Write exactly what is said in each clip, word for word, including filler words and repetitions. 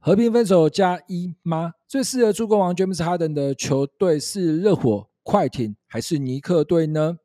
和平分手加一吗？最适合助攻王 James Harden 的球队是热火、快艇还是尼克队呢？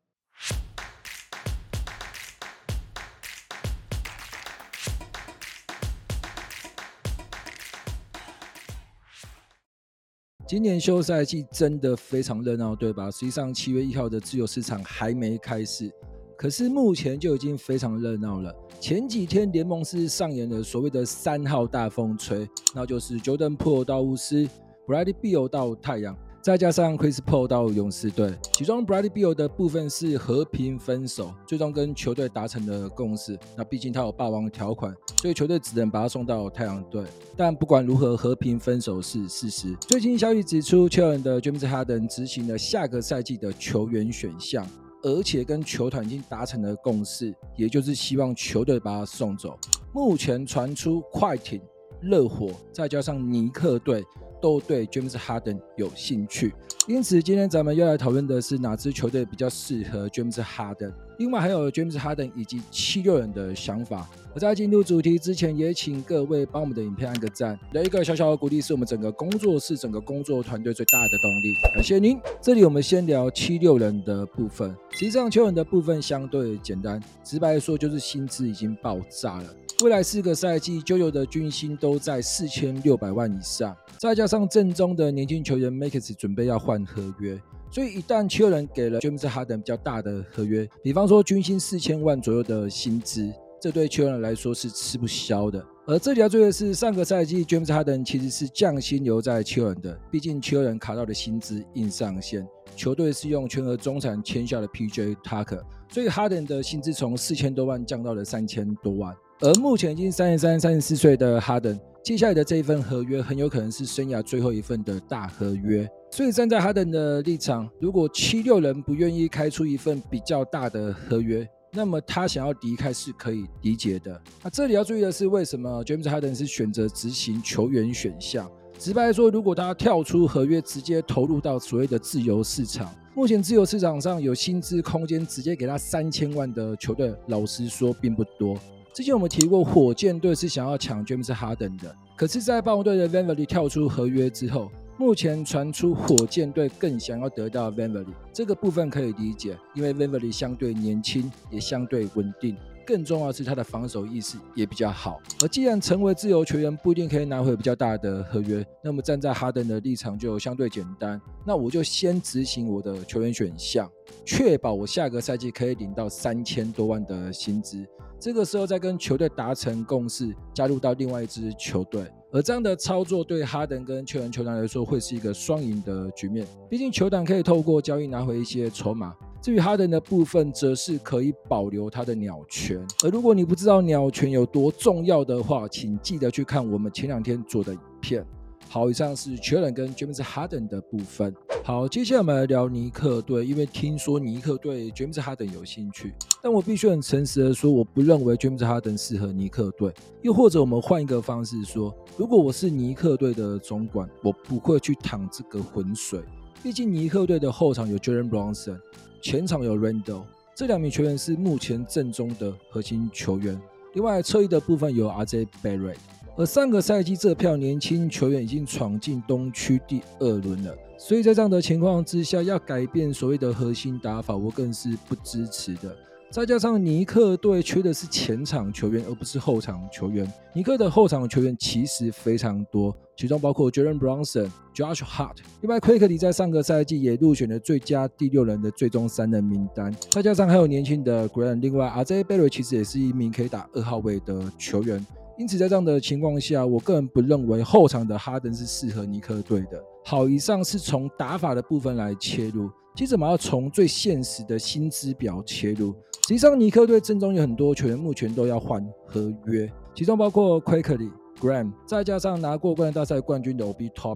今年休赛季真的非常热闹，对吧？实际上七月一号的自由市场还没开始，可是目前就已经非常热闹了。前几天联盟是上演了所谓的三号大风吹，那就是 Jordan Poole 到巫师， Bradley Beal 到太阳，再加上 Chris Paul 到勇士队。其中 Bradley Beal 的部分是和平分手，最终跟球队达成了共识。那毕竟他有霸王条款，所以球队只能把他送到太阳队。但不管如何，和平分手是事实。最近消息指出，球员的 James Harden 执行了下个赛季的球员选项，而且跟球团已经达成了共识，也就是希望球队把他送走。目前传出快艇、热火再加上尼克队都对 James Harden 有兴趣，因此今天咱们要来讨论的是哪支球队比较适合 James Harden， 另外还有 James Harden 以及七六人的想法。而在进入主题之前，也请各位帮我们的影片按个赞，有一个小小的鼓励是我们整个工作室、整个工作团队最大的动力，感谢您。这里我们先聊七六人的部分，实际上七六人的部分相对简单，直白说就是薪资已经爆炸了。未来四个赛季九九的军薪都在四千六百万以上，再加上阵中的年轻球员 Maxey 准备要换合约，所以一旦七六人给了 James Harden 比较大的合约，比方说军薪四千万左右的薪资，这对七六人来说是吃不消的。而这里要注意的是，上个赛季 James Harden 其实是降薪留在七六人的，毕竟七六人卡到的薪资硬上限，球队是用全额中产签下的 P J Tucker， 所以 Harden 的薪资从四千多万降到了三千多万。而目前已经三十三、三十四岁的 Harden， 接下来的这一份合约很有可能是生涯最后一份的大合约。所以站在 Harden 的立场，如果七六人不愿意开出一份比较大的合约，那么他想要离开是可以理解的。那这里要注意的是，为什么 James Harden 是选择执行球员选项？直白说，如果他跳出合约，直接投入到所谓的自由市场，目前自由市场上有薪资空间直接给他三千万的球队，老实说并不多。之前我们提过，火箭队是想要抢 James Harden 的，可是在暴龙队的 VanVleet 跳出合约之后，目前传出火箭队更想要得到 VanVleet， 这个部分可以理解，因为 VanVleet 相对年轻，也相对稳定，更重要的是他的防守意识也比较好。而既然成为自由球员不一定可以拿回比较大的合约，那么站在 Harden 的立场就相对简单，那我就先执行我的球员选项，确保我下个赛季可以领到三千多万的薪资，这个时候再跟球队达成共识，加入到另外一支球队。而这样的操作对哈登跟球员球团来说会是一个双赢的局面，毕竟球团可以透过交易拿回一些筹码，至于哈登的部分则是可以保留他的鸟权。而如果你不知道鸟权有多重要的话，请记得去看我们前两天做的影片。好，以上是球员跟 James Harden 的部分。好，接下来我们来聊尼克队，因为听说尼克对 James Harden 有兴趣，但我必须很诚实的说，我不认为 James Harden 适合尼克队。又或者我们换一个方式说，如果我是尼克队的总管，我不会去淌这个浑水。毕竟尼克队的后场有 Jalen Brunson， 前场有 Randle， 这两名球员是目前阵中的核心球员。另外侧翼的部分有 R J Barrett。而上个赛季这票年轻球员已经闯进东区第二轮了，所以在这样的情况之下，要改变所谓的核心打法，我更是不支持的。再加上尼克队缺的是前场球员，而不是后场球员。尼克的后场球员其实非常多，其中包括 Jalen Brunson、Josh Hart， 另外 Quickly 在上个赛季也入选了最佳第六人的最终三人名单。再加上还有年轻的 Grant， 另外 R J Barrett 其实也是一名可以打二号位的球员。因此在这样的情况下，我个人不认为后场的哈登是适合尼克队的。好，以上是从打法的部分来切入，接着我们要从最现实的薪资表切入。实际上尼克队阵中有很多球员目前都要换合约，其中包括 Quickly、Graham， 再加上拿过冠军大赛冠军的 Obi Toppin，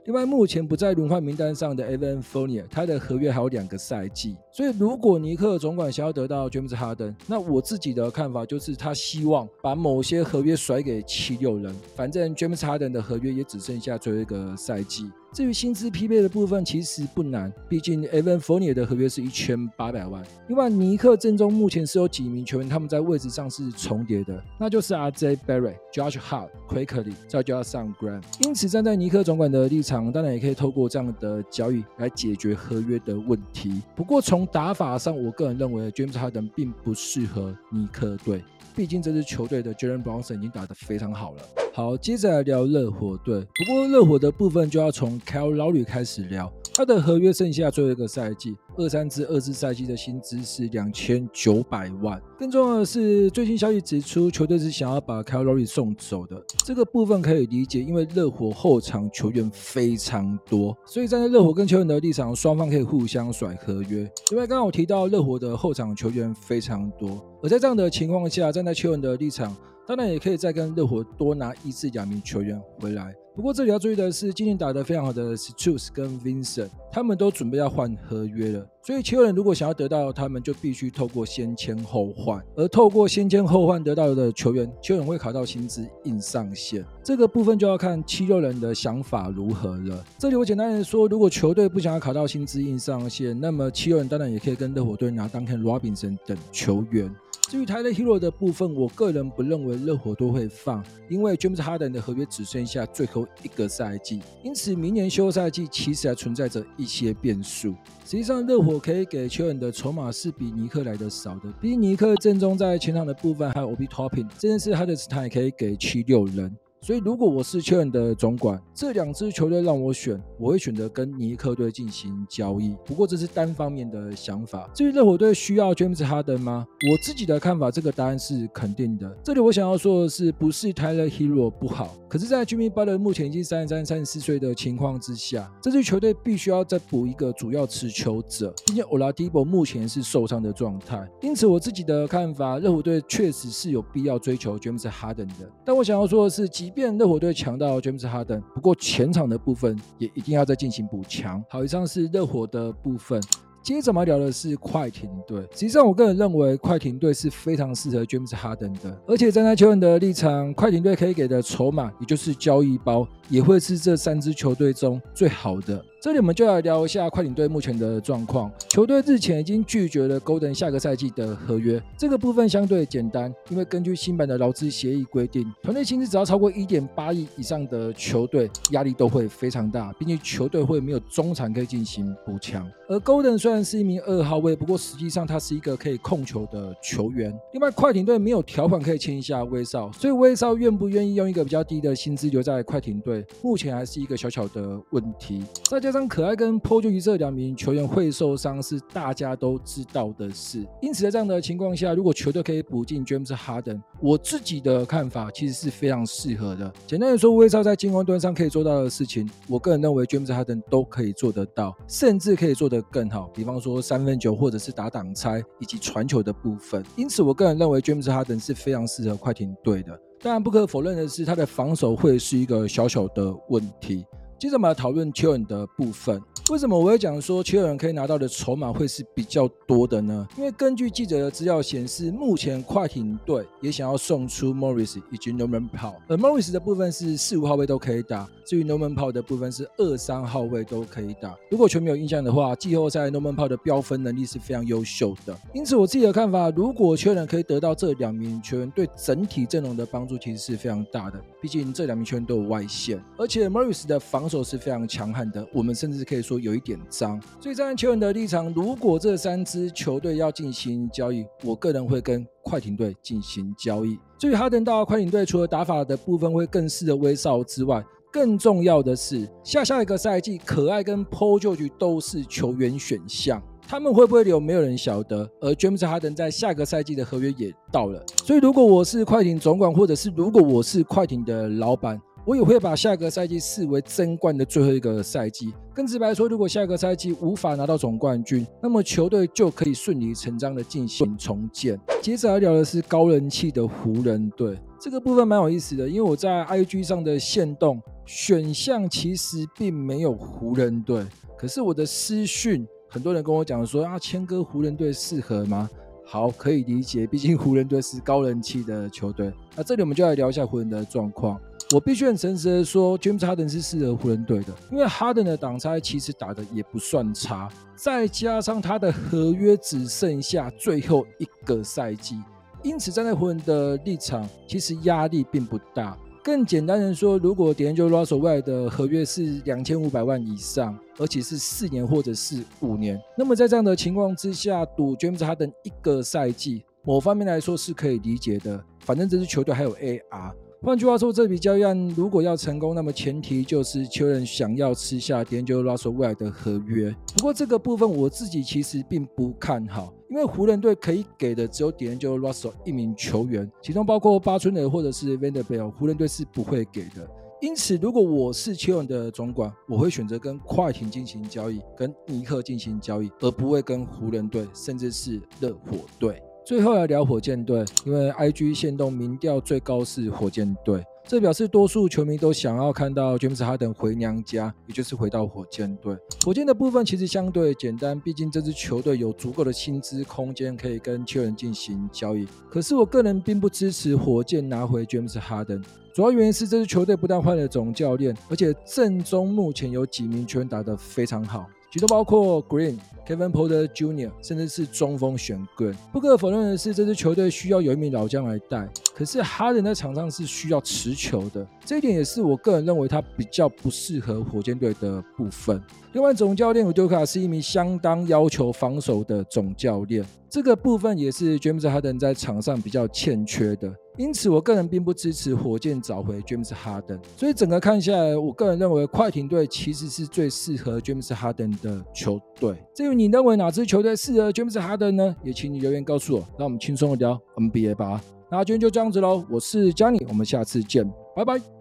另外，目前不在轮换名单上的 Evan Fournier， 他的合约还有两个赛季。所以，如果尼克总管想要得到 James Harden， 那我自己的看法就是他希望把某些合约甩给七六人，反正 James Harden 的合约也只剩下最后一个赛季。至于薪资匹配的部分其实不难，毕竟 Evan Fournier 的合约是一千八百万。另外，尼克阵中目前是有几名球员他们在位置上是重叠的，那就是 R J Barrett、Josh Hart、Quickly， 再就要上 Grant。因此，站在尼克总管的立场，当然也可以透过这样的交易来解决合约的问题。不过，从打法上，我个人认为 James Harden 并不适合尼克队，毕竟这支球队的 Jalen Brunson 已经打得非常好了。好，接着来聊热火队。不过热火的部分就要从 Kyle Lowry 开始聊，他的合约剩下最后一个赛季，二三至二四赛季的薪资是两千九百万。更重要的是，最新消息指出，球队是想要把 Kyle Lowry 送走的。这个部分可以理解，因为热火后场球员非常多，所以站在热火跟球员的立场，双方可以互相甩合约。另外，刚刚我提到热火的后场球员非常多，而在这样的情况下，站在球员的立场，当然也可以再跟热火多拿一至两名球员回来。不过这里要注意的是，今年打得非常好的 Strus 跟 Vincent， 他们都准备要换合约了，所以球员如果想要得到他们，就必须透过先签后换，而透过先签后换得到的球员，球员会考到薪资硬上限。这个部分就要看七六人的想法如何了。这里我简单的说，如果球队不想要考到薪资硬上限，那么七六人当然也可以跟热火队拿 Duncan Robinson 等球员。至于 Tyler Hero 的部分，我个人不认为热火都会放，因为 James Harden 的合约只剩下最后一个赛季，因此明年休赛季其实还存在着一些变数。实际上，热火可以给球员的筹码是比尼克来的少的，毕竟尼克阵中在前场的部分还有 Obi Toppin， 这件事他的他也可以给七六人。所以如果我是球员的总管，这两支球队让我选，我会选择跟尼克队进行交易。不过这是单方面的想法。至于热火队需要 James Harden 吗？我自己的看法，这个答案是肯定的。这里我想要说的是，不是 Tyler Hero 不好，可是在 Jimmy Butler 目前已经三十三、三十四岁的情况之下，这支球队必须要再补一个主要持球者，并且 Oladipo 目前是受伤的状态。因此我自己的看法，热火队确实是有必要追求 James Harden 的。但我想要说的是，即便热火队强到 James Harden， 不过前场的部分也一定要再进行补强。好，以上是热火的部分。接着我们聊的是快艇队。实际上我个人认为快艇队是非常适合 James Harden 的，而且站在球员的立场，快艇队可以给的筹码也就是交易包，也会是这三支球队中最好的。这里我们就来聊一下快艇队目前的状况。球队日前已经拒绝了 Golden 下个赛季的合约，这个部分相对简单，因为根据新版的劳资协议规定，团队薪资只要超过 一点八亿以上的球队，压力都会非常大，并且球队会没有中场可以进行补强。而 Golden 虽然是一名二号位，不过实际上他是一个可以控球的球员。另外，快艇队没有条款可以签下威少，所以威少愿不愿意用一个比较低的薪资留在快艇队，目前还是一个小小的问题。再加上可爱跟 Paul George 这两名球员会受伤是大家都知道的事，因此在这样的情况下，如果球队可以补进 James Harden， 我自己的看法其实是非常适合的。简单的说，威少在进攻端上可以做到的事情，我个人认为 James Harden 都可以做得到，甚至可以做得更好，比方说三分球或者是打挡拆以及传球的部分。因此我个人认为 James Harden 是非常适合快艇队的。当然不可否认的是，他的防守会是一个小小的问题。接着我们来讨论球员的部分。为什么我会讲说球员可以拿到的筹码会是比较多的呢？因为根据记者的资料显示，目前快艇队也想要送出 Morris 以及 Norman Powell， 而 Morris 的部分是四五号位都可以打，至于 Norman Powell 的部分是二三号位都可以打。如果球迷有印象的话，季后赛 Norman Powell 的飙分能力是非常优秀的。因此我自己的看法，如果球员可以得到这两名球员，对整体阵容的帮助其实是非常大的。毕竟这两名球员都有外线，而且 Morris 的防守是非常强悍的，我们甚至可以说有一点脏。所以站在球员的立场，如果这三支球队要进行交易，我个人会跟快艇队进行交易。至于哈登到快艇队，除了打法的部分会更适合威少之外，更重要的是下下一个赛季可爱跟 Paul George 都是球员选项，他们会不会留没有人晓得。而 James Harden 在下个赛季的合约也到了，所以如果我是快艇总管，或者是如果我是快艇的老板，我也会把下个赛季视为争冠的最后一个赛季。更直白说，如果下个赛季无法拿到总冠军，那么球队就可以顺理成章的进行重建。接着来聊的是高人气的湖人队。这个部分蛮有意思的，因为我在 I G 上的限动选项其实并没有湖人队，可是我的私讯很多人跟我讲说啊，谦哥湖人队适合吗？好，可以理解，毕竟湖人队是高人气的球队。那这里我们就来聊一下湖人的状况。我必须很诚实的说 James Harden 是适合湖人队的，因为 Harden 的挡拆其实打的也不算差，再加上他的合约只剩下最后一个赛季，因此站在湖人的立场，其实压力并不大。更简单的说，如果 D'Angelo Russell 未来的合约是两千五百万以上，而且是四年或者是五年，那么在这样的情况之下，赌 James Harden 一个赛季，某方面来说是可以理解的。反正这支球队还有 A R。换句话说，这笔交易案如果要成功，那么前提就是球员想要吃下 D'Angelo Russell 未来的合约。不过这个部分我自己其实并不看好，因为湖人队可以给的只有 D'Angelo Russell 一名球员，其中包括巴春尔或者是 Vanderbilt， 湖人队是不会给的。因此，如果我是球员的总管，我会选择跟快艇进行交易，跟尼克进行交易，而不会跟湖人队甚至是热火队。最后来聊火箭队，因为 I G 限动民调最高是火箭队，这表示多数球迷都想要看到 James Harden 回娘家，也就是回到火箭队。火箭的部分其实相对简单，毕竟这支球队有足够的薪资空间可以跟球员进行交易。可是我个人并不支持火箭拿回 James Harden， 主要原因是这支球队不但换了总教练，而且阵中目前有几名球员打得非常好，其中包括 Green、Kevin Porter Junior 甚至是中锋选 Green。 不可否认的是，这支球队需要有一名老将来带，可是哈登在场上是需要持球的，这一点也是我个人认为他比较不适合火箭队的部分。另外，总教练伍德卡是一名相当要求防守的总教练，这个部分也是 James Harden 在场上比较欠缺的，因此我个人并不支持火箭找回 James Harden。 所以整个看下来，我个人认为快艇队其实是最适合 James Harden 的球队。至于你认为哪支球队适合 James Harden 呢？也请你留言告诉我，让我们轻松的聊 N B A 吧。那今天就这样子咯，我是 Johnny， 我们下次见，拜拜。